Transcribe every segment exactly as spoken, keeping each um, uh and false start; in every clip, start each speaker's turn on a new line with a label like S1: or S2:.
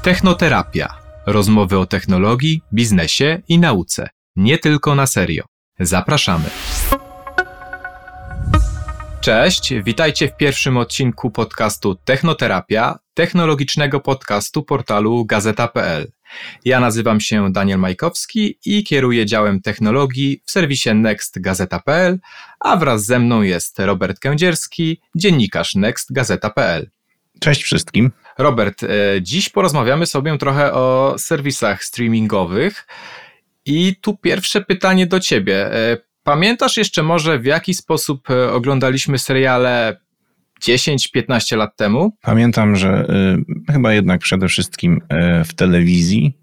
S1: Technoterapia. Rozmowy o technologii, biznesie i nauce. Nie tylko na serio. Zapraszamy. Cześć, witajcie w pierwszym odcinku podcastu Technoterapia, technologicznego podcastu portalu gazeta kropka pe el. Ja nazywam się Daniel Majkowski i kieruję działem technologii w serwisie next gazeta kropka pe el, a wraz ze mną jest Robert Kędzierski, dziennikarz next gazeta kropka pe el.
S2: Cześć wszystkim.
S1: Robert, dziś porozmawiamy sobie trochę o serwisach streamingowych i tu pierwsze pytanie do Ciebie. Pamiętasz jeszcze może, w jaki sposób oglądaliśmy seriale dziesięć piętnaście lat temu?
S2: Pamiętam, że y, chyba jednak przede wszystkim y, w telewizji,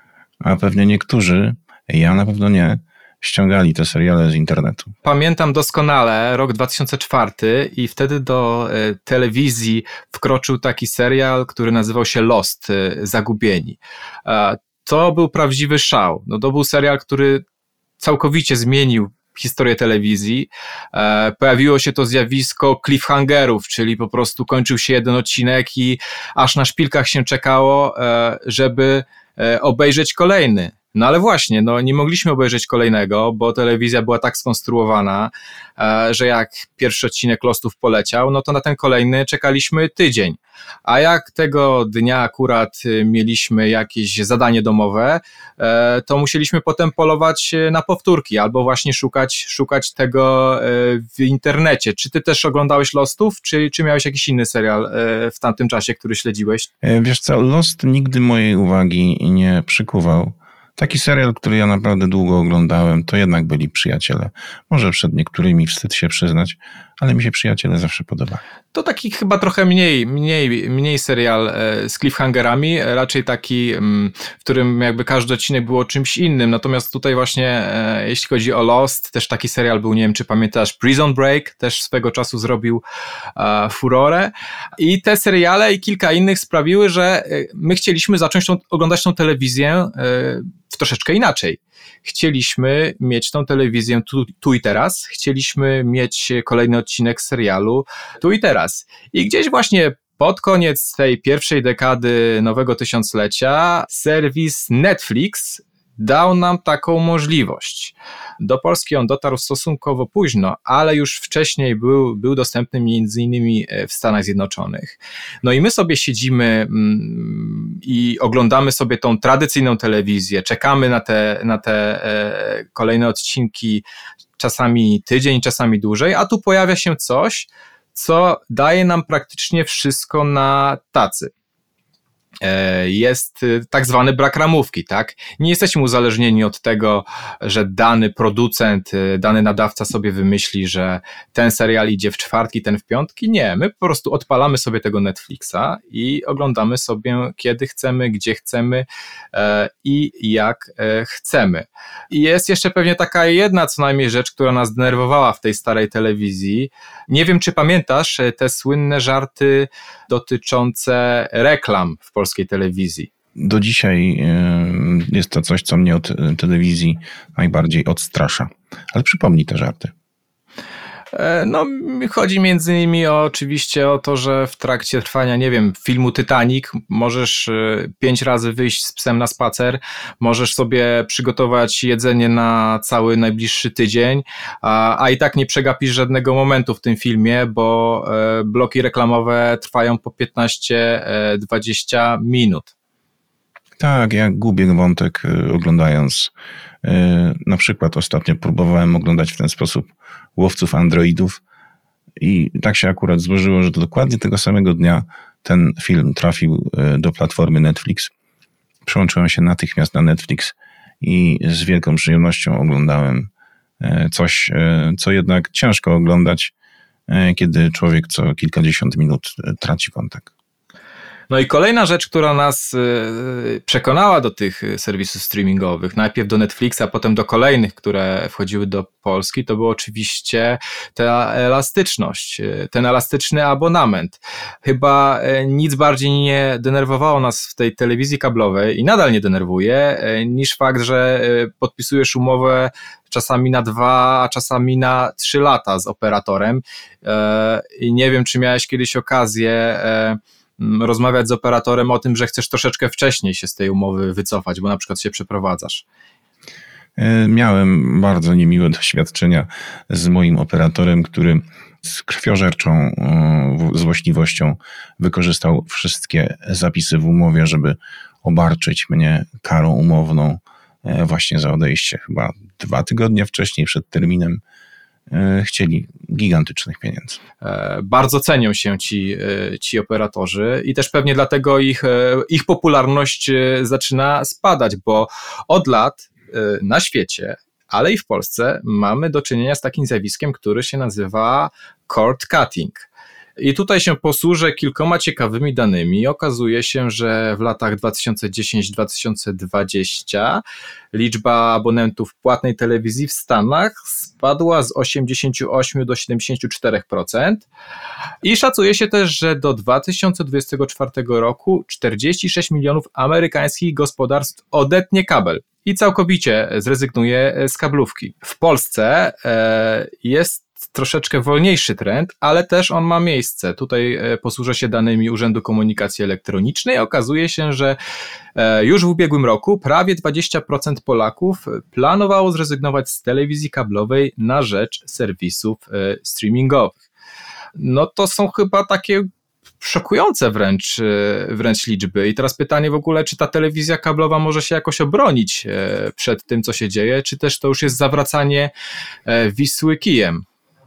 S2: a pewnie niektórzy, ja na pewno nie, ściągali te seriale z internetu.
S1: Pamiętam doskonale rok dwa tysiące czwarty i wtedy do y, telewizji wkroczył taki serial, który nazywał się Lost, y, Zagubieni. Y, to był prawdziwy szał. No, to był serial, który całkowicie zmienił historię telewizji. E, pojawiło się to zjawisko cliffhangerów, czyli po prostu kończył się jeden odcinek i aż na szpilkach się czekało, e, żeby e, obejrzeć kolejny. No ale właśnie, no nie mogliśmy obejrzeć kolejnego, bo telewizja była tak skonstruowana, e, że jak pierwszy odcinek Lostów poleciał, no to na ten kolejny czekaliśmy tydzień. A jak tego dnia akurat mieliśmy jakieś zadanie domowe, e, to musieliśmy potem polować na powtórki albo właśnie szukać, szukać tego e, w internecie. Czy ty też oglądałeś Lostów, czy, czy miałeś jakiś inny serial e, w tamtym czasie, który śledziłeś?
S2: Wiesz co, Lost nigdy mojej uwagi nie przykuwał. Taki serial, który ja naprawdę długo oglądałem, to jednak byli Przyjaciele. Może przed niektórymi wstyd się przyznać, ale mi się Przyjaciele zawsze podoba.
S1: To taki chyba trochę mniej, mniej, mniej serial z cliffhangerami, raczej taki, w którym jakby każdy odcinek był o czymś innym. Natomiast tutaj właśnie, jeśli chodzi o Lost, też taki serial był, nie wiem czy pamiętasz, Prison Break, też swego czasu zrobił furorę. I te seriale i kilka innych sprawiły, że my chcieliśmy zacząć tą, oglądać tą telewizję w troszeczkę inaczej. Chcieliśmy mieć tą telewizję tu, tu i teraz, chcieliśmy mieć kolejny odcinek serialu tu i teraz. I gdzieś właśnie pod koniec tej pierwszej dekady nowego tysiąclecia serwis Netflix dał nam taką możliwość. Do Polski on dotarł stosunkowo późno, ale już wcześniej był, był dostępny między innymi w Stanach Zjednoczonych. No i my sobie siedzimy mm, i oglądamy sobie tą tradycyjną telewizję, czekamy na te, na te e, kolejne odcinki, czasami tydzień, czasami dłużej, a tu pojawia się coś, co daje nam praktycznie wszystko na tacy. Jest tak zwany brak ramówki, tak? Nie jesteśmy uzależnieni od tego, że dany producent, dany nadawca sobie wymyśli, że ten serial idzie w czwartki, ten w piątki. Nie, my po prostu odpalamy sobie tego Netflixa i oglądamy sobie kiedy chcemy, gdzie chcemy i jak chcemy. I jest jeszcze pewnie taka jedna co najmniej rzecz, która nas denerwowała w tej starej telewizji. Nie wiem, czy pamiętasz te słynne żarty dotyczące reklam w polskiej telewizji.
S2: Do dzisiaj jest to coś, co mnie od telewizji najbardziej odstrasza. Ale przypomnij te żarty.
S1: No, chodzi między innymi o, oczywiście o to, że w trakcie trwania, nie wiem, filmu Titanic możesz pięć razy wyjść z psem na spacer, możesz sobie przygotować jedzenie na cały najbliższy tydzień, a, a i tak nie przegapisz żadnego momentu w tym filmie, bo e, bloki reklamowe trwają po piętnaście dwadzieścia minut.
S2: Tak, ja gubię wątek oglądając. Na przykład ostatnio próbowałem oglądać w ten sposób Łowców Androidów i tak się akurat złożyło, że to dokładnie tego samego dnia ten film trafił do platformy Netflix. Przełączyłem się natychmiast na Netflix i z wielką przyjemnością oglądałem coś, co jednak ciężko oglądać, kiedy człowiek co kilkadziesiąt minut traci wątek.
S1: No i kolejna rzecz, która nas przekonała do tych serwisów streamingowych, najpierw do Netflixa, potem do kolejnych, które wchodziły do Polski, to była oczywiście ta elastyczność, ten elastyczny abonament. Chyba nic bardziej nie denerwowało nas w tej telewizji kablowej i nadal nie denerwuje, niż fakt, że podpisujesz umowę czasami na dwa, a czasami na trzy lata z operatorem i nie wiem, czy miałeś kiedyś okazję rozmawiać z operatorem o tym, że chcesz troszeczkę wcześniej się z tej umowy wycofać, bo na przykład się przeprowadzasz?
S2: Miałem bardzo niemiłe doświadczenia z moim operatorem, który z krwiożerczą złośliwością wykorzystał wszystkie zapisy w umowie, żeby obarczyć mnie karą umowną właśnie za odejście. Chyba dwa tygodnie wcześniej, przed terminem, chcieli gigantycznych pieniędzy.
S1: Bardzo cenią się ci, ci operatorzy i też pewnie dlatego ich, ich popularność zaczyna spadać, bo od lat na świecie, ale i w Polsce mamy do czynienia z takim zjawiskiem, który się nazywa cord cutting. I tutaj się posłużę kilkoma ciekawymi danymi. Okazuje się, że w latach dwa tysiące dziesiąty do dwa tysiące dwudziestego liczba abonentów płatnej telewizji w Stanach spadła z osiemdziesiąt osiem do siedemdziesiąt cztery procent i szacuje się też, że do dwa tysiące dwudziestego czwartego roku czterdzieści sześć milionów amerykańskich gospodarstw odetnie kabel i całkowicie zrezygnuje z kablówki. W Polsce e, jest troszeczkę wolniejszy trend, ale też on ma miejsce. Tutaj posłużę się danymi Urzędu Komunikacji Elektronicznej. Okazuje się, że już w ubiegłym roku prawie dwadzieścia procent Polaków planowało zrezygnować z telewizji kablowej na rzecz serwisów streamingowych. No to są chyba takie szokujące wręcz, wręcz liczby. I teraz pytanie w ogóle, czy ta telewizja kablowa może się jakoś obronić przed tym, co się dzieje, czy też to już jest zawracanie Wisły kijem?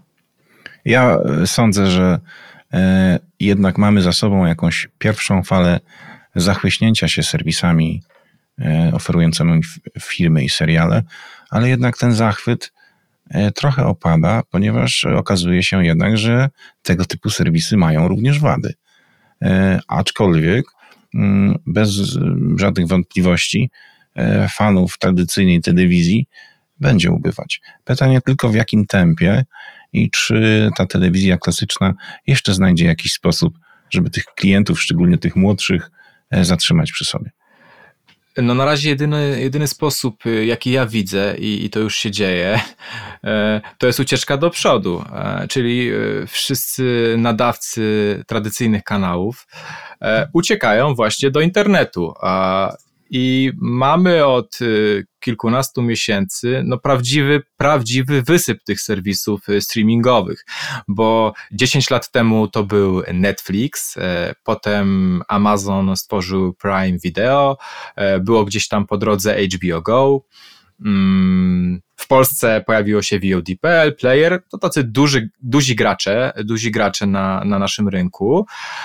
S2: Ja sądzę, że jednak mamy za sobą jakąś pierwszą falę zachłyśnięcia się serwisami oferującymi filmy i seriale, ale jednak ten zachwyt trochę opada, ponieważ okazuje się jednak, że tego typu serwisy mają również wady. Aczkolwiek bez żadnych wątpliwości fanów tradycyjnej telewizji będzie ubywać. Pytanie tylko w jakim tempie i czy ta telewizja klasyczna jeszcze znajdzie jakiś sposób, żeby tych klientów, szczególnie tych młodszych, zatrzymać przy sobie.
S1: No na razie jedyny, jedyny sposób, jaki ja widzę i, i to już się dzieje, to jest ucieczka do przodu, czyli wszyscy nadawcy tradycyjnych kanałów uciekają właśnie do internetu, a i mamy od kilkunastu miesięcy no prawdziwy, prawdziwy wysyp tych serwisów streamingowych, bo dziesięć lat temu to był Netflix, potem Amazon stworzył Prime Video, było gdzieś tam po drodze H B O Go, w Polsce pojawiło się V O D kropka P L, Player, to tacy duży, duzi gracze, duzi gracze na, na naszym rynku,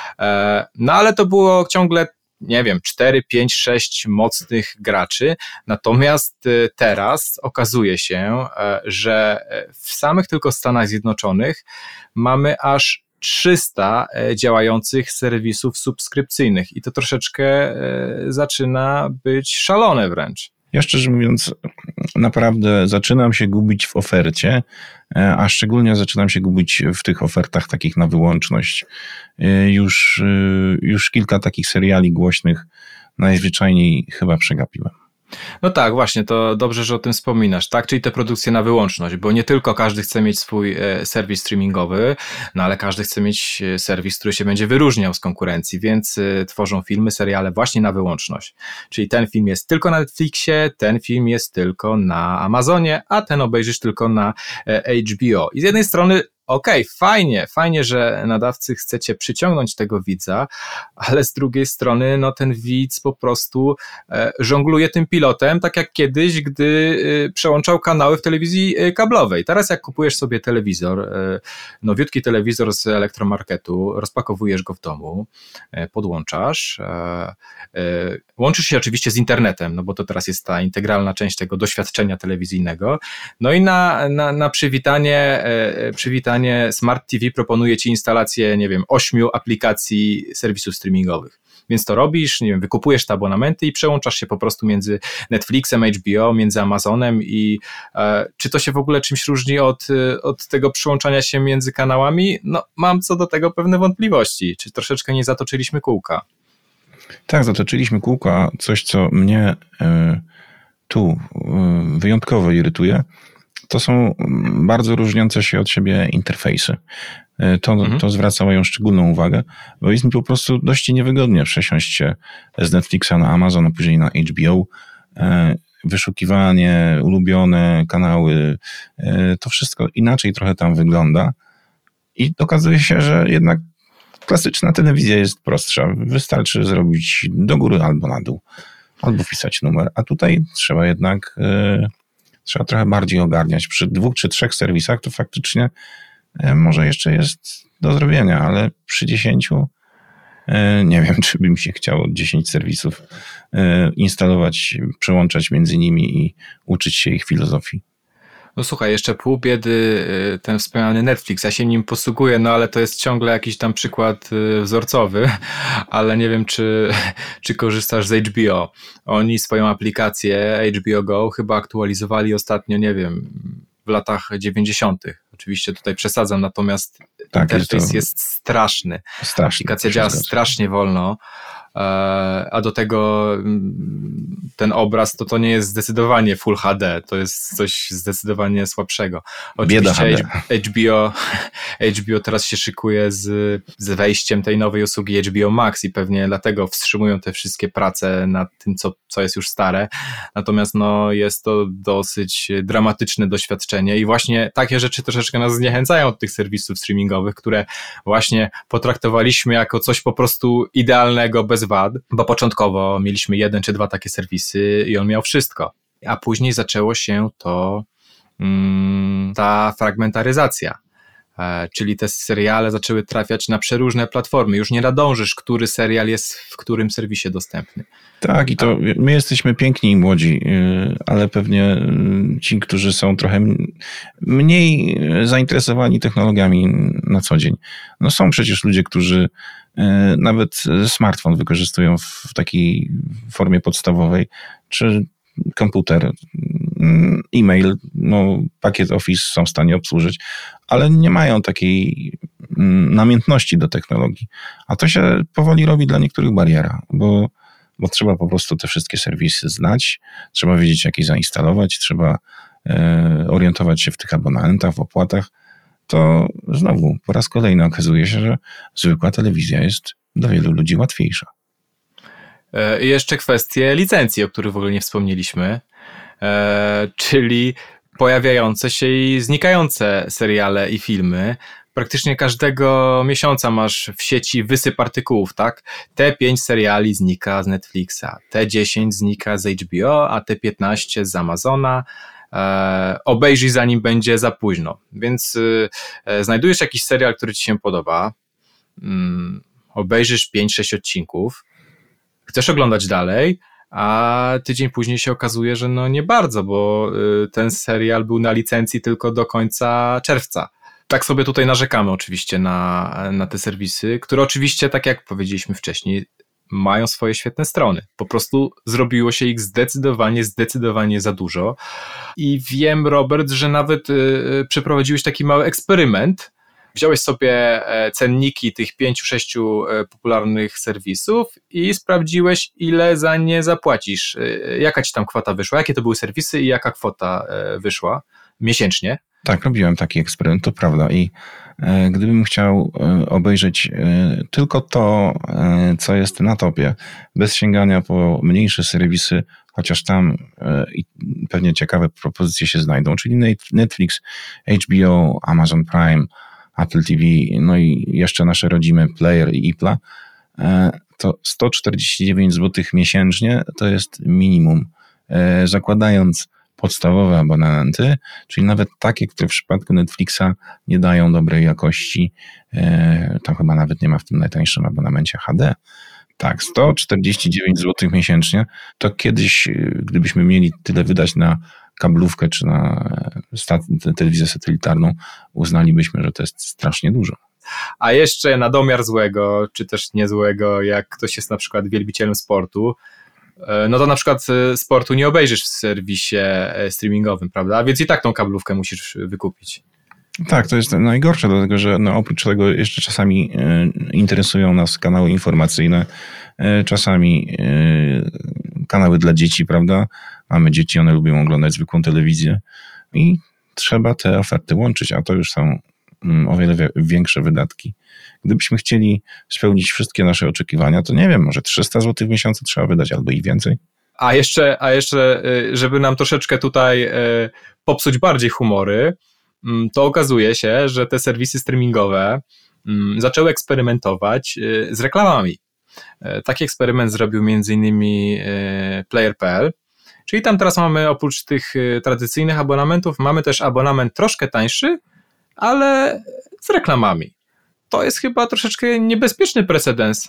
S1: no ale to było ciągle nie wiem, cztery, pięć, sześć mocnych graczy, natomiast teraz okazuje się, że w samych tylko Stanach Zjednoczonych mamy aż trzysta działających serwisów subskrypcyjnych i to troszeczkę zaczyna być szalone wręcz.
S2: Ja szczerze mówiąc, naprawdę zaczynam się gubić w ofercie, a szczególnie zaczynam się gubić w tych ofertach takich na wyłączność. Już, już kilka takich seriali głośnych najzwyczajniej chyba przegapiłem.
S1: No tak, właśnie, to dobrze, że o tym wspominasz, tak? Czyli te produkcje na wyłączność, bo nie tylko każdy chce mieć swój serwis streamingowy, no ale każdy chce mieć serwis, który się będzie wyróżniał z konkurencji, więc tworzą filmy, seriale właśnie na wyłączność. Czyli ten film jest tylko na Netflixie, ten film jest tylko na Amazonie, a ten obejrzysz tylko na H B O. I z jednej strony okej, okay, fajnie, fajnie, że nadawcy chcecie przyciągnąć tego widza, ale z drugiej strony no ten widz po prostu e, żongluje tym pilotem, tak jak kiedyś, gdy e, przełączał kanały w telewizji e, kablowej. Teraz jak kupujesz sobie telewizor, e, nowiutki telewizor z elektromarketu, rozpakowujesz go w domu, e, podłączasz, e, e, łączysz się oczywiście z internetem, no bo to teraz jest ta integralna część tego doświadczenia telewizyjnego, no i na, na, na przywitanie, e, przywitanie Smart T V proponuje ci instalację, nie wiem, ośmiu aplikacji serwisów streamingowych. Więc to robisz, nie wiem, wykupujesz te abonamenty i przełączasz się po prostu między Netflixem, H B O, między Amazonem i e, czy to się w ogóle czymś różni od, od tego przyłączania się między kanałami? No, mam co do tego pewne wątpliwości. Czy troszeczkę nie zatoczyliśmy kółka?
S2: Tak, zatoczyliśmy kółka. Coś, co mnie y, tu y, wyjątkowo irytuje, to są bardzo różniące się od siebie interfejsy. To, mhm. to zwraca moją szczególną uwagę, bo jest mi po prostu dość niewygodnie przesiąść się z Netflixa na Amazon, a później na H B O. Wyszukiwanie, ulubione kanały, to wszystko inaczej trochę tam wygląda i okazuje się, że jednak klasyczna telewizja jest prostsza. Wystarczy zrobić do góry albo na dół, albo wpisać numer, a tutaj trzeba jednak trzeba trochę bardziej ogarniać. Przy dwóch czy trzech serwisach to faktycznie może jeszcze jest do zrobienia, ale przy dziesięciu nie wiem, czy by mi się chciało dziesięć serwisów instalować, przełączać między nimi i uczyć się ich filozofii.
S1: No słuchaj, jeszcze pół biedy ten wspomniany Netflix, ja się nim posługuję, no ale to jest ciągle jakiś tam przykład wzorcowy, ale nie wiem, czy, czy korzystasz z H B O. Oni swoją aplikację H B O Go chyba aktualizowali ostatnio, nie wiem, w latach dziewięćdziesiątych. Oczywiście tutaj przesadzam, natomiast tak, interfejs jest, jest straszny. straszny. Aplikacja działa strasznie wolno, a do tego ten obraz to to nie jest zdecydowanie Full H D, to jest coś zdecydowanie słabszego. Oczywiście H B O, H B O teraz się szykuje z, z wejściem tej nowej usługi H B O Max i pewnie dlatego wstrzymują te wszystkie prace nad tym, co, co jest już stare. Natomiast no, jest to dosyć dramatyczne doświadczenie i właśnie takie rzeczy troszeczkę nas zniechęcają od tych serwisów streamingowych, które właśnie potraktowaliśmy jako coś po prostu idealnego, bez wad, bo początkowo mieliśmy jeden czy dwa takie serwisy i on miał wszystko. A później zaczęło się to, mm, ta fragmentaryzacja, e, czyli te seriale zaczęły trafiać na przeróżne platformy. Już nie nadążysz, który serial jest w którym serwisie dostępny.
S2: Tak, i to my jesteśmy piękni i młodzi, ale pewnie ci, którzy są trochę mniej zainteresowani technologiami na co dzień. No są przecież ludzie, którzy nawet smartfon wykorzystują w takiej formie podstawowej, czy komputer, e-mail, no, pakiet Office są w stanie obsłużyć, ale nie mają takiej namiętności do technologii. A to się powoli robi dla niektórych bariera, bo, bo trzeba po prostu te wszystkie serwisy znać, trzeba wiedzieć, jak je zainstalować, trzeba e, orientować się w tych abonentach, w opłatach. To znowu po raz kolejny okazuje się, że zwykła telewizja jest dla wielu ludzi łatwiejsza.
S1: I jeszcze kwestie licencji, o których w ogóle nie wspomnieliśmy, e, czyli pojawiające się i znikające seriale i filmy. Praktycznie każdego miesiąca masz w sieci wysyp artykułów, tak? Te pięć seriali znika z Netflixa, te dziesięć znika z H B O, a te piętnaście z Amazona. E, obejrzyj zanim będzie za późno. Więc e, znajdujesz jakiś serial, który ci się podoba, mm, obejrzysz pięć sześć odcinków, chcesz oglądać dalej, a tydzień później się okazuje, że no nie bardzo, bo y, ten serial był na licencji tylko do końca czerwca. Tak sobie tutaj narzekamy oczywiście na, na te serwisy, które oczywiście, tak jak powiedzieliśmy wcześniej, mają swoje świetne strony. Po prostu zrobiło się ich zdecydowanie, zdecydowanie za dużo. I wiem, Robert, że nawet y, przeprowadziłeś taki mały eksperyment. Wziąłeś sobie cenniki tych pięciu, sześciu popularnych serwisów i sprawdziłeś, ile za nie zapłacisz. Jaka ci tam kwota wyszła? Jakie to były serwisy i jaka kwota wyszła miesięcznie?
S2: Tak, robiłem taki eksperyment, to prawda. I e, gdybym chciał e, obejrzeć e, tylko to, e, co jest na topie, bez sięgania po mniejsze serwisy, chociaż tam e, i pewnie ciekawe propozycje się znajdą, czyli Netflix, H B O, Amazon Prime, Apple T V, no i jeszcze nasze rodzime Player i Ipla, to sto czterdzieści dziewięć złotych miesięcznie to jest minimum. Zakładając podstawowe abonamenty, czyli nawet takie, które w przypadku Netflixa nie dają dobrej jakości, tam chyba nawet nie ma w tym najtańszym abonamencie H D. Tak, sto czterdzieści dziewięć złotych miesięcznie, to kiedyś, gdybyśmy mieli tyle wydać na kablówkę czy na stat- telewizję satelitarną, uznalibyśmy, że to jest strasznie dużo.
S1: A jeszcze na domiar złego, czy też niezłego, jak ktoś jest na przykład wielbicielem sportu, no to na przykład sportu nie obejrzysz w serwisie streamingowym, prawda? Więc i tak tą kablówkę musisz wykupić.
S2: Tak, to jest najgorsze, dlatego że no oprócz tego jeszcze czasami interesują nas kanały informacyjne, czasami kanały dla dzieci, prawda? Mamy dzieci, one lubią oglądać zwykłą telewizję i trzeba te oferty łączyć, a to już są o wiele większe wydatki. Gdybyśmy chcieli spełnić wszystkie nasze oczekiwania, to nie wiem, może trzysta złotych w miesiącu trzeba wydać albo i więcej.
S1: A jeszcze, a jeszcze, żeby nam troszeczkę tutaj popsuć bardziej humory, to okazuje się, że te serwisy streamingowe zaczęły eksperymentować z reklamami. Taki eksperyment zrobił między innymi player kropka p l, czyli tam teraz mamy oprócz tych tradycyjnych abonamentów, mamy też abonament troszkę tańszy, ale z reklamami. To jest chyba troszeczkę niebezpieczny precedens,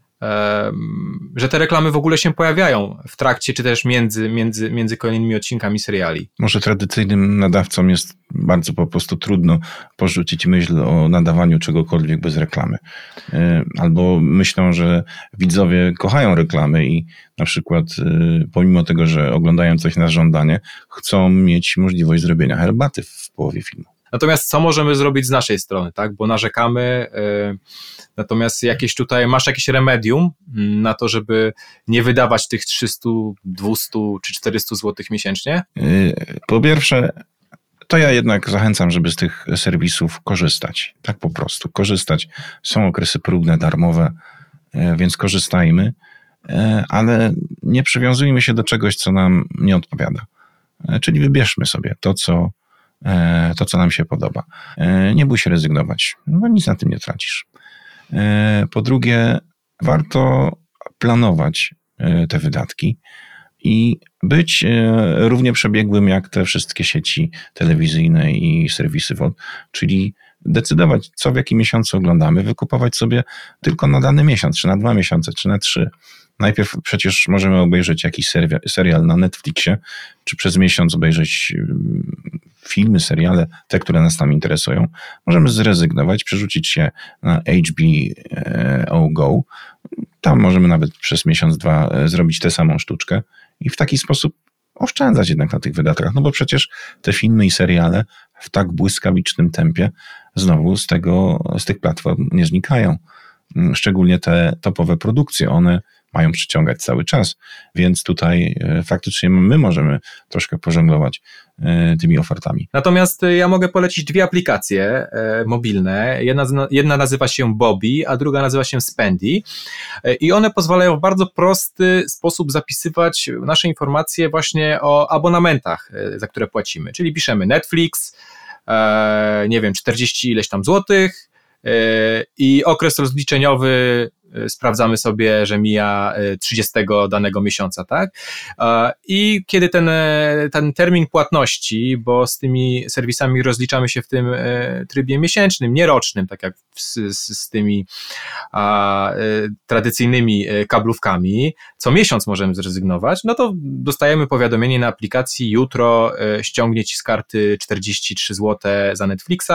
S1: że te reklamy w ogóle się pojawiają w trakcie, czy też między, między, między kolejnymi odcinkami seriali.
S2: Może tradycyjnym nadawcom jest bardzo po prostu trudno porzucić myśl o nadawaniu czegokolwiek bez reklamy. Albo myślą, że widzowie kochają reklamy i na przykład pomimo tego, że oglądają coś na żądanie, chcą mieć możliwość zrobienia herbaty w połowie filmu.
S1: Natomiast co możemy zrobić z naszej strony, tak? Bo narzekamy, yy, natomiast jakieś tutaj, masz jakieś remedium na to, żeby nie wydawać tych trzysta, dwieście czy czterysta złotych miesięcznie?
S2: Po pierwsze, to ja jednak zachęcam, żeby z tych serwisów korzystać. Tak po prostu, korzystać. Są okresy próbne, darmowe, więc korzystajmy, ale nie przywiązujmy się do czegoś, co nam nie odpowiada. Czyli wybierzmy sobie to, co to, co nam się podoba. Nie bój się rezygnować, bo nic na tym nie tracisz. Po drugie, warto planować te wydatki i być równie przebiegłym jak te wszystkie sieci telewizyjne i serwisy V O D, czyli decydować, co w jakim miesiącu oglądamy, wykupować sobie tylko na dany miesiąc, czy na dwa miesiące, czy na trzy. Najpierw przecież możemy obejrzeć jakiś serial na Netflixie, czy przez miesiąc obejrzeć filmy, seriale, te, które nas tam interesują. Możemy zrezygnować, przerzucić się na H B O Go. Tam możemy nawet przez miesiąc, dwa zrobić tę samą sztuczkę i w taki sposób oszczędzać jednak na tych wydatkach, no bo przecież te filmy i seriale w tak błyskawicznym tempie znowu z tego, z tych platform nie znikają. Szczególnie te topowe produkcje, one mają przyciągać cały czas, więc tutaj faktycznie my możemy troszkę pożonglować tymi ofertami.
S1: Natomiast ja mogę polecić dwie aplikacje mobilne. Jedna, jedna nazywa się Bobby, a druga nazywa się Spendy i one pozwalają w bardzo prosty sposób zapisywać nasze informacje właśnie o abonamentach, za które płacimy. Czyli piszemy Netflix, nie wiem, czterdzieści ileś tam złotych i okres rozliczeniowy sprawdzamy sobie, że mija trzydziestego danego miesiąca, tak? I kiedy ten, ten termin płatności, bo z tymi serwisami rozliczamy się w tym trybie miesięcznym, nie rocznym, tak jak z, z, z tymi a, tradycyjnymi kablówkami, co miesiąc możemy zrezygnować, no to dostajemy powiadomienie na aplikacji, jutro ściągnie ci z karty czterdzieści trzy złote za Netflixa.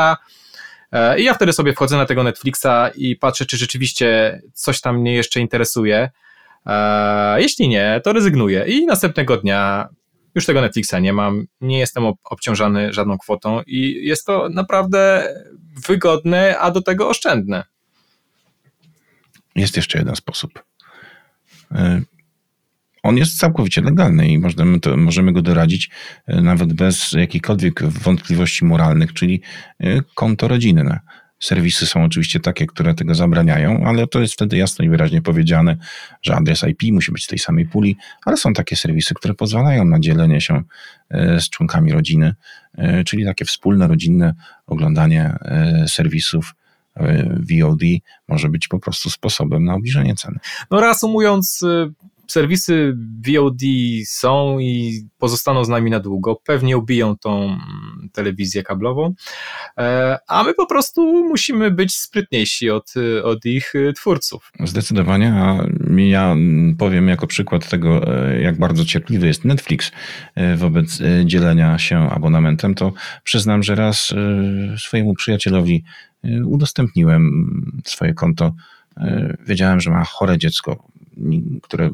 S1: I ja wtedy sobie wchodzę na tego Netflixa i patrzę, czy rzeczywiście coś tam mnie jeszcze interesuje. Jeśli nie, to rezygnuję i następnego dnia już tego Netflixa nie mam, nie jestem obciążany żadną kwotą i jest to naprawdę wygodne, a do tego oszczędne.
S2: Jest jeszcze jeden sposób. On jest całkowicie legalny i możemy, to, możemy go doradzić nawet bez jakichkolwiek wątpliwości moralnych, czyli konto rodzinne. Serwisy są oczywiście takie, które tego zabraniają, ale to jest wtedy jasno i wyraźnie powiedziane, że adres I P musi być z tej samej puli, ale są takie serwisy, które pozwalają na dzielenie się z członkami rodziny, czyli takie wspólne, rodzinne oglądanie serwisów V O D może być po prostu sposobem na obniżenie ceny.
S1: No reasumując, serwisy V O D są i pozostaną z nami na długo, pewnie ubiją tą telewizję kablową, a my po prostu musimy być sprytniejsi od, od ich twórców.
S2: Zdecydowanie, a ja powiem jako przykład tego, jak bardzo cierpliwy jest Netflix wobec dzielenia się abonamentem, to przyznam, że raz swojemu przyjacielowi udostępniłem swoje konto. Wiedziałem, że ma chore dziecko, które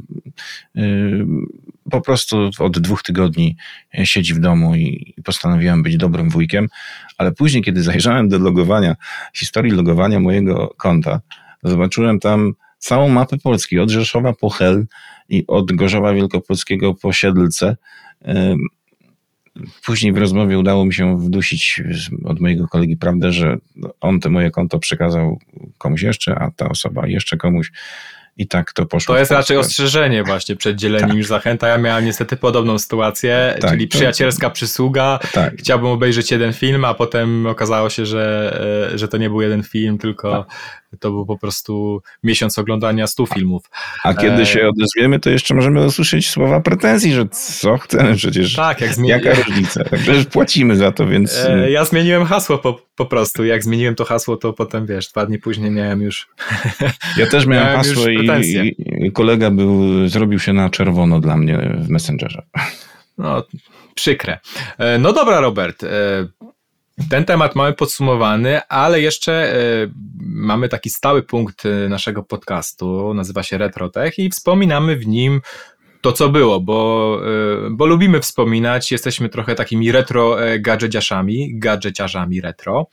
S2: po prostu od dwóch tygodni siedzi w domu i postanowiłem być dobrym wujkiem, ale później, kiedy zajrzałem do logowania, historii logowania mojego konta, zobaczyłem tam całą mapę Polski, od Rzeszowa po Hel i od Gorzowa Wielkopolskiego po Siedlce. później w rozmowie udało mi się wdusić od mojego kolegi prawdę, że on te moje konto przekazał komuś jeszcze, a ta osoba jeszcze komuś. I tak to poszło.
S1: To jest raczej ostrzeżenie właśnie przed dzieleniem tak. niż zachęta. Ja miałem niestety podobną sytuację, tak, czyli przyjacielska to... przysługa. Tak. Chciałbym obejrzeć jeden film, a potem okazało się, że, że to nie był jeden film, tylko tak. to był po prostu miesiąc oglądania stu filmów.
S2: A kiedy e... się odezwiemy, to jeszcze możemy usłyszeć słowa pretensji, że co chcemy przecież. Tak, jak zmieni... Jaka różnica? Także płacimy za to, więc...
S1: E, ja zmieniłem hasło po, po prostu. Jak zmieniłem to hasło, to potem wiesz, dwa dni później miałem już...
S2: Ja też miałem, miałem hasło i I kolega był, zrobił się na czerwono dla mnie w Messengerze.
S1: No, przykre. No dobra, Robert. Ten temat mamy podsumowany, ale jeszcze mamy taki stały punkt naszego podcastu, nazywa się RetroTech i wspominamy w nim to, co było, bo, bo lubimy wspominać, jesteśmy trochę takimi retro gadżeciarzami, gadżeciarzami retro.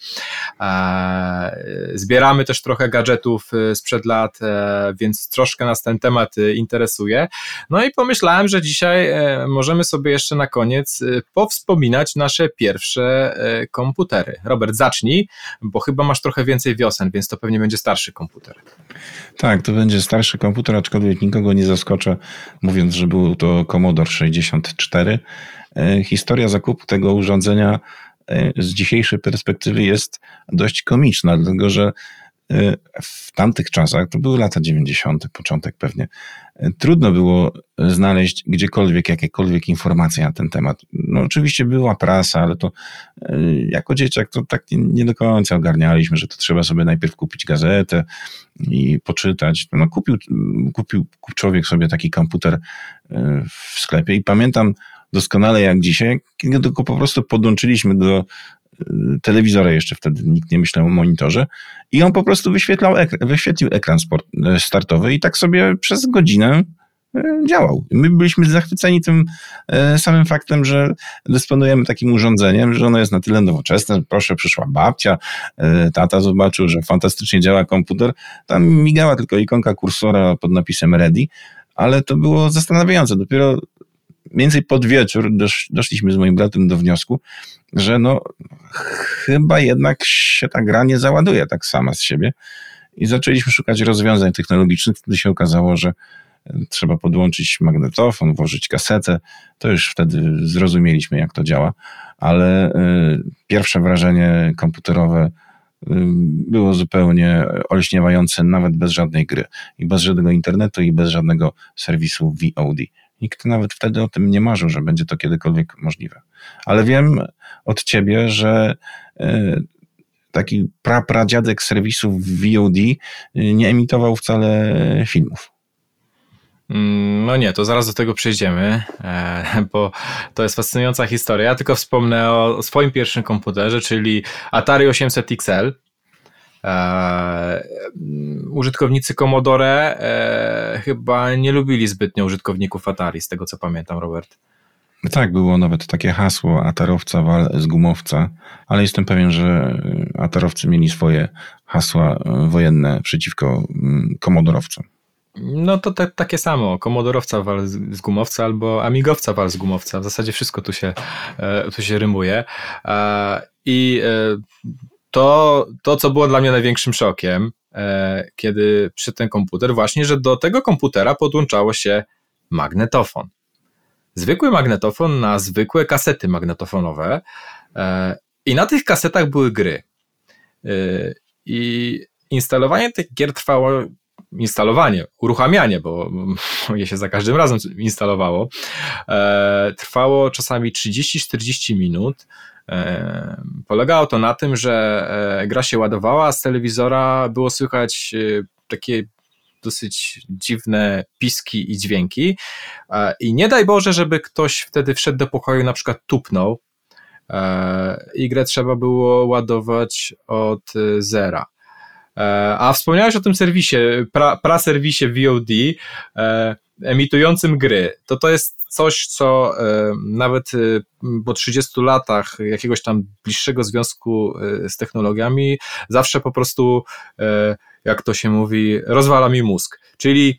S1: Zbieramy też trochę gadżetów sprzed lat, więc troszkę nas ten temat interesuje. No i pomyślałem, że dzisiaj możemy sobie jeszcze na koniec powspominać nasze pierwsze komputery. Robert, zacznij, bo chyba masz trochę więcej wiosen, więc to pewnie będzie starszy komputer.
S2: Tak, to będzie starszy komputer, aczkolwiek nikogo nie zaskoczę, mówiąc, że był to Commodore sześćdziesiąt cztery. Historia zakupu tego urządzenia z dzisiejszej perspektywy jest dość komiczna, dlatego że w tamtych czasach, to były lata dziewięćdziesiąte, początek pewnie, trudno było znaleźć gdziekolwiek jakiekolwiek informacje na ten temat. No oczywiście była prasa, ale to jako dzieciak to tak nie do końca ogarnialiśmy, że to trzeba sobie najpierw kupić gazetę i poczytać. No kupił, kupił człowiek sobie taki komputer w sklepie i pamiętam doskonale jak dzisiaj, kiedy tylko po prostu podłączyliśmy do telewizora, jeszcze wtedy nikt nie myślał o monitorze i on po prostu wyświetlał ekran, wyświetlił ekran sport, startowy i tak sobie przez godzinę działał. My byliśmy zachwyceni tym samym faktem, że dysponujemy takim urządzeniem, że ono jest na tyle nowoczesne. Proszę, przyszła babcia, tata zobaczył, że fantastycznie działa komputer. Tam migała tylko ikonka kursora pod napisem ready, ale to było zastanawiające. Dopiero mniej więcej pod wieczór dosz, doszliśmy z moim bratem do wniosku, że no chyba jednak się ta gra nie załaduje tak sama z siebie i zaczęliśmy szukać rozwiązań technologicznych. Wtedy się okazało, że trzeba podłączyć magnetofon, włożyć kasetę. To już wtedy zrozumieliśmy, jak to działa, ale y, pierwsze wrażenie komputerowe y, było zupełnie olśniewające, nawet bez żadnej gry i bez żadnego internetu i bez żadnego serwisu V O D. Nikt nawet wtedy o tym nie marzył, że będzie to kiedykolwiek możliwe. Ale wiem od ciebie, że taki pra, pradziadek serwisu V O D nie emitował wcale filmów.
S1: No nie, to zaraz do tego przejdziemy, bo to jest fascynująca historia. Ja tylko wspomnę o swoim pierwszym komputerze, czyli Atari osiemset X L. E, użytkownicy Commodore e, chyba nie lubili zbytnio użytkowników Atari, z tego co pamiętam, Robert.
S2: Tak, było nawet takie hasło atarowca wal z gumowca, ale jestem pewien, że atarowcy mieli swoje hasła wojenne przeciwko komodorowcom.
S1: No to te, takie samo, komodorowca wal z gumowca albo amigowca wal z gumowca, w zasadzie wszystko tu się, tu się rymuje. I To, to, co było dla mnie największym szokiem, e, kiedy przy ten komputer, właśnie, że do tego komputera podłączało się magnetofon. Zwykły magnetofon na zwykłe kasety magnetofonowe e, i na tych kasetach były gry. E, I instalowanie tych gier trwało, instalowanie, uruchamianie, bo je się za każdym razem instalowało, e, trwało czasami trzydzieści czterdzieści minut. Polegało to na tym, że gra się ładowała, a z telewizora było słychać takie dosyć dziwne piski i dźwięki i nie daj Boże, żeby ktoś wtedy wszedł do pokoju i na przykład tupnął i grę trzeba było ładować od zera. A wspomniałeś o tym serwisie, pra, praserwisie V O D emitującym gry. To to jest coś, co e, nawet e, po trzydziestu latach jakiegoś tam bliższego związku e, z technologiami zawsze po prostu, e, jak to się mówi, rozwala mi mózg. Czyli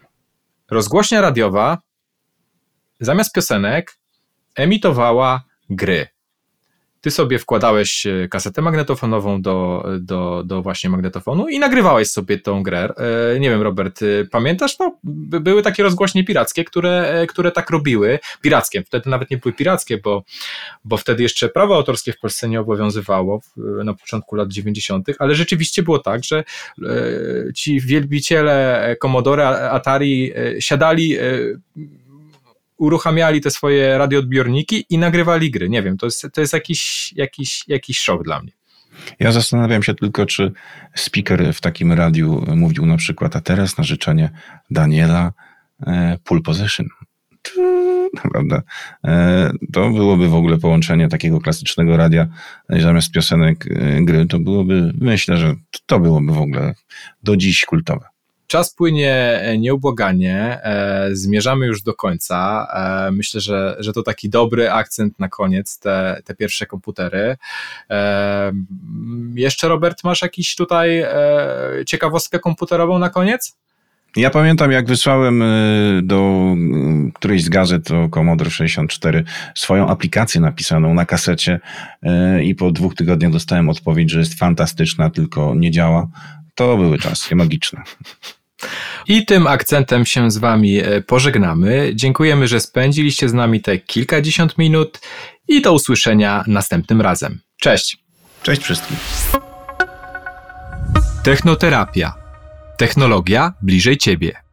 S1: rozgłośnia radiowa zamiast piosenek emitowała gry. Ty sobie wkładałeś kasetę magnetofonową do, do, do właśnie magnetofonu i nagrywałeś sobie tą grę. Nie wiem, Robert, pamiętasz to? Były takie rozgłośnie pirackie, które, które tak robiły. Pirackie, wtedy nawet nie były pirackie, bo, bo wtedy jeszcze prawo autorskie w Polsce nie obowiązywało na początku lat dziewięćdziesiątych, ale rzeczywiście było tak, że ci wielbiciele Commodore, Atari siadali, uruchamiali te swoje radioodbiorniki i nagrywali gry. Nie wiem, to jest, to jest jakiś, jakiś, jakiś szok dla mnie.
S2: Ja zastanawiam się tylko, czy speaker w takim radiu mówił na przykład, a teraz na życzenie Daniela e, Pole Position. Naprawdę. E, to byłoby w ogóle połączenie takiego klasycznego radia zamiast piosenek e, gry. To byłoby, myślę, że to byłoby w ogóle do dziś kultowe.
S1: Czas płynie nieubłaganie, e, zmierzamy już do końca. E, myślę, że, że to taki dobry akcent na koniec, te, te pierwsze komputery. E, jeszcze, Robert, masz jakiś tutaj e, ciekawostkę komputerową na koniec?
S2: Ja pamiętam, jak wysłałem do którejś z gazet o Commodore sześćdziesiąt cztery swoją aplikację napisaną na kasecie i po dwóch tygodniach dostałem odpowiedź, że jest fantastyczna, tylko nie działa. To były czasy magiczne.
S1: I tym akcentem się z wami pożegnamy. Dziękujemy, że spędziliście z nami te kilkadziesiąt minut i do usłyszenia następnym razem. Cześć.
S2: Cześć wszystkim.
S1: Technoterapia. Technologia bliżej ciebie.